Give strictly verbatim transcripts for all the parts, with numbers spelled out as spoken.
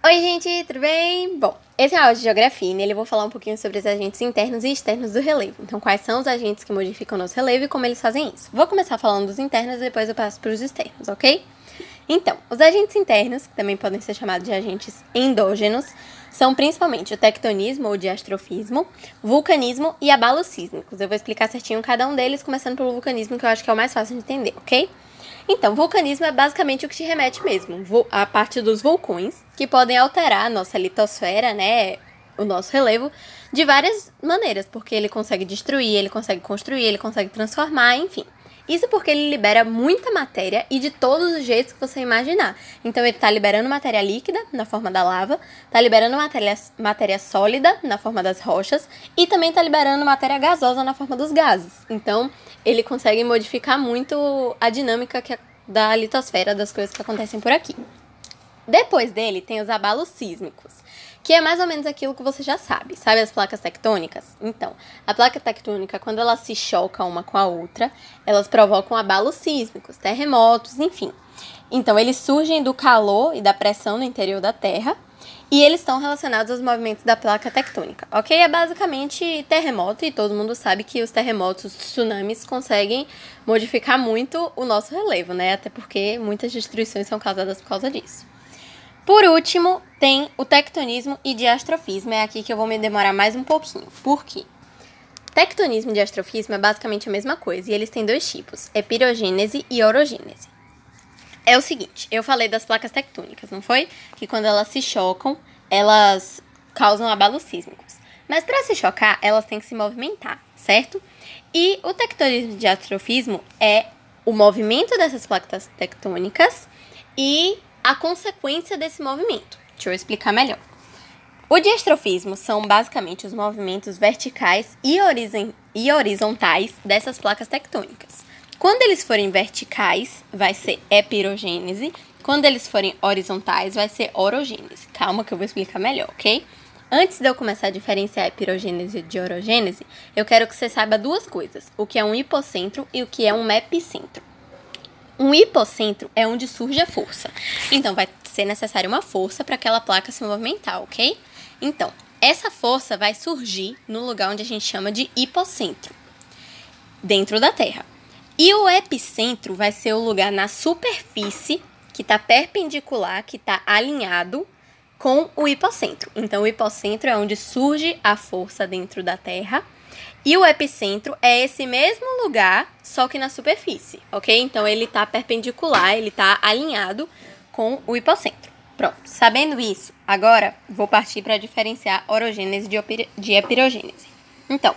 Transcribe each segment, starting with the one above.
Oi gente, tudo bem? Bom, esse é a aula de geografia e nele eu vou falar um pouquinho sobre os agentes internos e externos do relevo. Então, quais são os agentes que modificam o nosso relevo e como eles fazem isso. Vou começar falando dos internos e depois eu passo para os externos, ok? Então, os agentes internos, que também podem ser chamados de agentes endógenos, são principalmente o tectonismo ou diastrofismo, vulcanismo e abalos sísmicos. Eu vou explicar certinho cada um deles, começando pelo vulcanismo, que eu acho que é o mais fácil de entender, ok? Então, vulcanismo é basicamente o que te remete mesmo, a parte dos vulcões, que podem alterar a nossa litosfera, né, o nosso relevo, de várias maneiras, porque ele consegue destruir, ele consegue construir, ele consegue transformar, enfim. Isso porque ele libera muita matéria e de todos os jeitos que você imaginar. Então, ele está liberando matéria líquida, na forma da lava, está liberando matéria, matéria sólida, na forma das rochas, e também está liberando matéria gasosa, na forma dos gases. Então, ele consegue modificar muito a dinâmica que é da litosfera, das coisas que acontecem por aqui. Depois dele, tem os abalos sísmicos, que é mais ou menos aquilo que você já sabe. Sabe as placas tectônicas? Então, a placa tectônica, quando ela se choca uma com a outra, elas provocam abalos sísmicos, terremotos, enfim. Então, eles surgem do calor e da pressão no interior da Terra, e eles estão relacionados aos movimentos da placa tectônica, ok? É basicamente terremoto, e todo mundo sabe que os terremotos, os tsunamis, conseguem modificar muito o nosso relevo, né? Até porque muitas destruições são causadas por causa disso. Por último, tem o tectonismo e diastrofismo. É aqui que eu vou me demorar mais um pouquinho. Por quê? Tectonismo e diastrofismo é basicamente a mesma coisa, e eles têm dois tipos, epirogênese e orogênese. É o seguinte, eu falei das placas tectônicas, não foi? Que quando elas se chocam, elas causam abalos sísmicos. Mas para se chocar, elas têm que se movimentar, certo? E o tectonismo e diastrofismo é o movimento dessas placas tectônicas e a consequência desse movimento. Deixa eu explicar melhor. O diastrofismo são basicamente os movimentos verticais e horizontais dessas placas tectônicas. Quando eles forem verticais, vai ser epirogênese. Quando eles forem horizontais, vai ser orogênese. Calma que eu vou explicar melhor, ok? Antes de eu começar a diferenciar epirogênese de orogênese, eu quero que você saiba duas coisas. O que é um hipocentro e o que é um epicentro. Um hipocentro é onde surge a força. Então, vai ser necessária uma força para aquela placa se movimentar, ok? Então, essa força vai surgir no lugar onde a gente chama de hipocentro, dentro da Terra. E o epicentro vai ser o lugar na superfície que está perpendicular, que está alinhado com o hipocentro. Então, o hipocentro é onde surge a força dentro da Terra. E o epicentro é esse mesmo lugar, só que na superfície, ok? Então, ele está perpendicular, ele está alinhado com o hipocentro. Pronto, sabendo isso, agora vou partir para diferenciar orogênese de epirogênese. Então,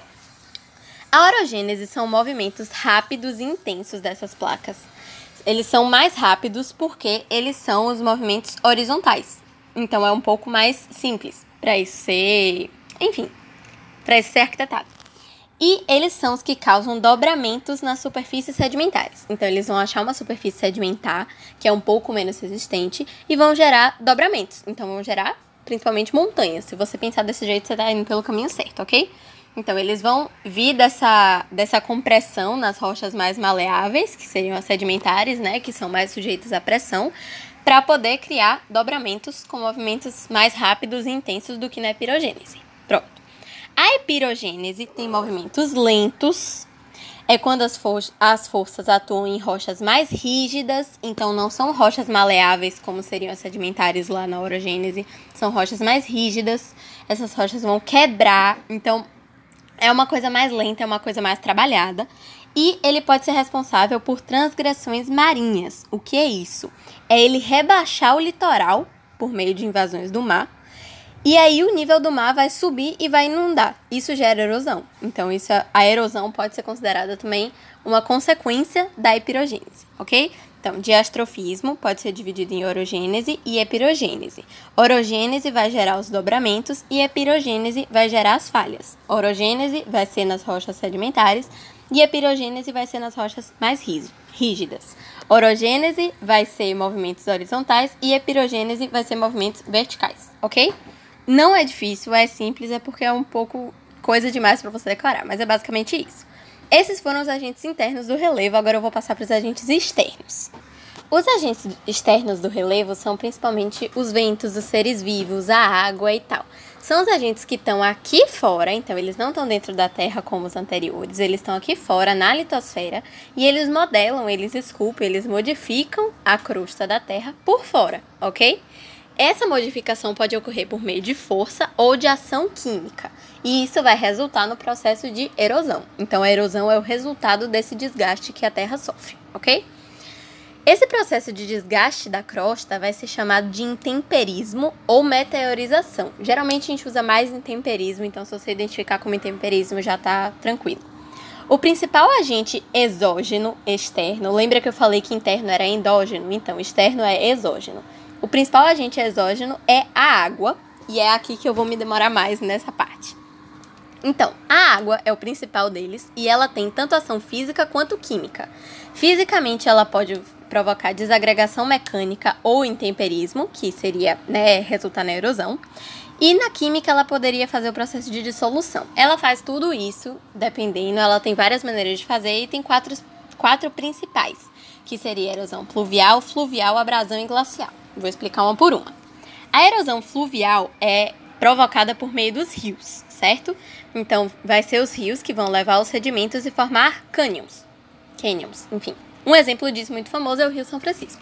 a orogênese são movimentos rápidos e intensos dessas placas. Eles são mais rápidos porque eles são os movimentos horizontais. Então, é um pouco mais simples para isso ser, enfim, para isso ser arquitetado. E eles são os que causam dobramentos nas superfícies sedimentares. Então, eles vão achar uma superfície sedimentar, que é um pouco menos resistente, e vão gerar dobramentos. Então, vão gerar, principalmente, montanhas. Se você pensar desse jeito, você está indo pelo caminho certo, ok? Então, eles vão vir dessa, dessa compressão nas rochas mais maleáveis, que seriam as sedimentares, né? Que são mais sujeitas à pressão, para poder criar dobramentos com movimentos mais rápidos e intensos do que na epirogênese. Pronto. A epirogênese tem movimentos lentos, é quando as, for- as forças atuam em rochas mais rígidas, então não são rochas maleáveis como seriam as sedimentares lá na orogênese, são rochas mais rígidas, essas rochas vão quebrar, então é uma coisa mais lenta, é uma coisa mais trabalhada, e ele pode ser responsável por transgressões marinhas. O que é isso? É ele rebaixar o litoral por meio de invasões do mar, e aí o nível do mar vai subir e vai inundar. Isso gera erosão. Então, isso, a erosão pode ser considerada também uma consequência da epirogênese, ok? Então, diastrofismo pode ser dividido em orogênese e epirogênese. Orogênese vai gerar os dobramentos e epirogênese vai gerar as falhas. Orogênese vai ser nas rochas sedimentares e epirogênese vai ser nas rochas mais rígidas. Orogênese vai ser movimentos horizontais e epirogênese vai ser movimentos verticais, ok? Não é difícil, é simples, é porque é um pouco coisa demais para você decorar, mas é basicamente isso. Esses foram os agentes internos do relevo, agora eu vou passar para os agentes externos. Os agentes externos do relevo são principalmente os ventos, os seres vivos, a água e tal. São os agentes que estão aqui fora, então eles não estão dentro da Terra como os anteriores, eles estão aqui fora, na litosfera, e eles modelam, eles esculpem, eles modificam a crosta da Terra por fora, ok? Essa modificação pode ocorrer por meio de força ou de ação química, e isso vai resultar no processo de erosão. Então, a erosão é o resultado desse desgaste que a Terra sofre, ok? Esse processo de desgaste da crosta vai ser chamado de intemperismo ou meteorização. Geralmente a gente usa mais intemperismo, então se você identificar como intemperismo já tá tranquilo. O principal agente exógeno externo, lembra que eu falei que interno era endógeno? Então externo é exógeno. O principal agente exógeno é a água, e é aqui que eu vou me demorar mais nessa parte. Então, a água é o principal deles e ela tem tanto ação física quanto química. Fisicamente, ela pode provocar desagregação mecânica ou intemperismo, que seria, né, resultar na erosão. E na química, ela poderia fazer o processo de dissolução. Ela faz tudo isso, dependendo, ela tem várias maneiras de fazer e tem quatro, quatro principais, que seria erosão pluvial, fluvial, abrasão e glacial. Vou explicar uma por uma. A erosão fluvial é provocada por meio dos rios, certo? Então, vai ser os rios que vão levar os sedimentos e formar cânions. Canyons, enfim. Um exemplo disso muito famoso é o Rio São Francisco.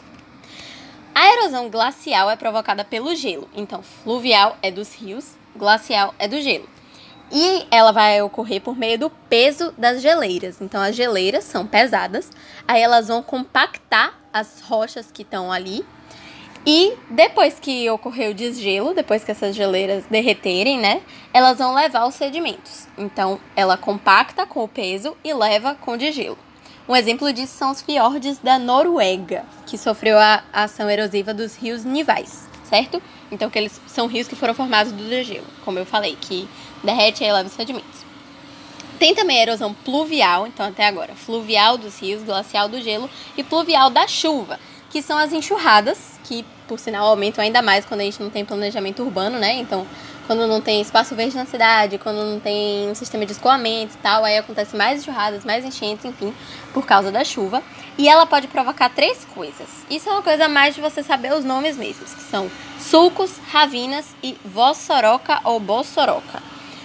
A erosão glacial é provocada pelo gelo. Então, fluvial é dos rios, glacial é do gelo. E ela vai ocorrer por meio do peso das geleiras. Então, as geleiras são pesadas, aí elas vão compactar as rochas que estão ali. E depois que ocorreu o desgelo, depois que essas geleiras derreterem, né, elas vão levar os sedimentos. Então, ela compacta com o peso e leva com o desgelo. Um exemplo disso são os fiordes da Noruega, que sofreu a ação erosiva dos rios nivais, certo? Então, que eles são rios que foram formados do degelo, como eu falei, que derrete e leva os sedimentos. Tem também a erosão pluvial, então até agora, fluvial dos rios, glacial do gelo e pluvial da chuva, que são as enxurradas, que por sinal aumentam ainda mais quando a gente não tem planejamento urbano, né? Então, quando não tem espaço verde na cidade, quando não tem um sistema de escoamento e tal, aí acontece mais enxurradas, mais enchentes, enfim, por causa da chuva. E ela pode provocar três coisas. Isso é uma coisa mais de você saber os nomes mesmos, que são sulcos, ravinas e vossoroca ou bossoroca.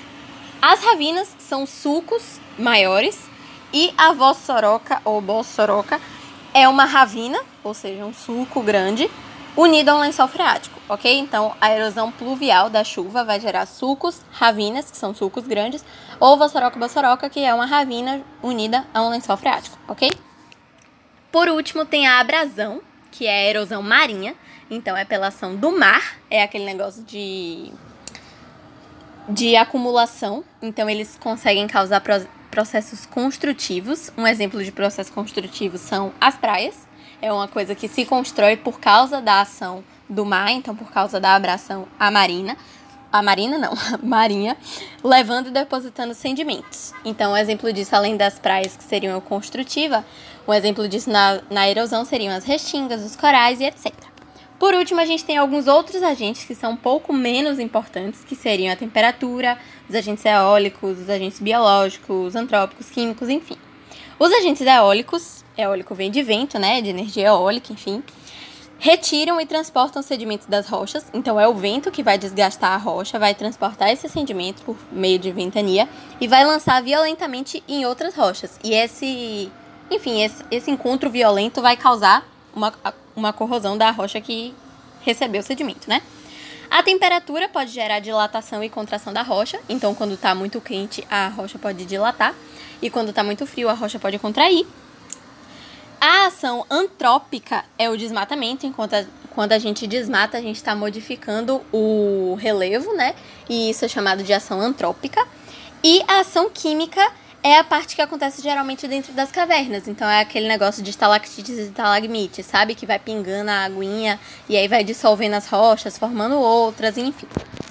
As ravinas são sulcos maiores e a vossoroca ou bossoroca é uma ravina, ou seja, um sulco grande, unido a um lençol freático, ok? Então, a erosão pluvial da chuva vai gerar sulcos, ravinas, que são sulcos grandes, ou vossoroca-bossoroca, que é uma ravina unida a um lençol freático, ok? Por último, tem a abrasão, que é a erosão marinha. Então, é pela ação do mar, é aquele negócio de, de acumulação. Então, eles conseguem causar processos construtivos. Um exemplo de processo construtivo são as praias. É uma coisa que se constrói por causa da ação do mar, então por causa da abração à marina. A marina não, a marinha, levando e depositando sedimentos. Então, um exemplo disso, além das praias que seriam a construtiva, um exemplo disso na, na erosão seriam as restingas, os corais e etcétera. Por último, a gente tem alguns outros agentes que são um pouco menos importantes, que seriam a temperatura, os agentes eólicos, os agentes biológicos, antrópicos, químicos, enfim. Os agentes eólicos, eólico vem de vento, né, de energia eólica, enfim, retiram e transportam sedimentos das rochas. Então, é o vento que vai desgastar a rocha, vai transportar esses sedimentos por meio de ventania e vai lançar violentamente em outras rochas. E esse, enfim, esse, esse encontro violento vai causar uma, uma corrosão da rocha que recebeu o sedimento, né? A temperatura pode gerar dilatação e contração da rocha. Então, quando está muito quente, a rocha pode dilatar. E quando está muito frio, a rocha pode contrair. A ação antrópica é o desmatamento. Enquanto a, quando a gente desmata, a gente está modificando o relevo, né? E isso é chamado de ação antrópica. E a ação química é a parte que acontece geralmente dentro das cavernas. Então, é aquele negócio de estalactites e estalagmites, sabe? Que vai pingando a aguinha e aí vai dissolvendo as rochas, formando outras, enfim.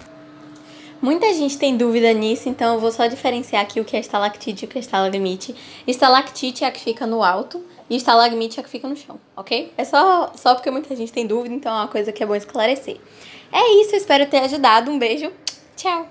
Muita gente tem dúvida nisso, então eu vou só diferenciar aqui o que é estalactite e o que é estalagmite. Estalactite é a que fica no alto e estalagmite é a que fica no chão, ok? É só, só porque muita gente tem dúvida, então é uma coisa que é bom esclarecer. É isso, eu espero ter ajudado. Um beijo, tchau!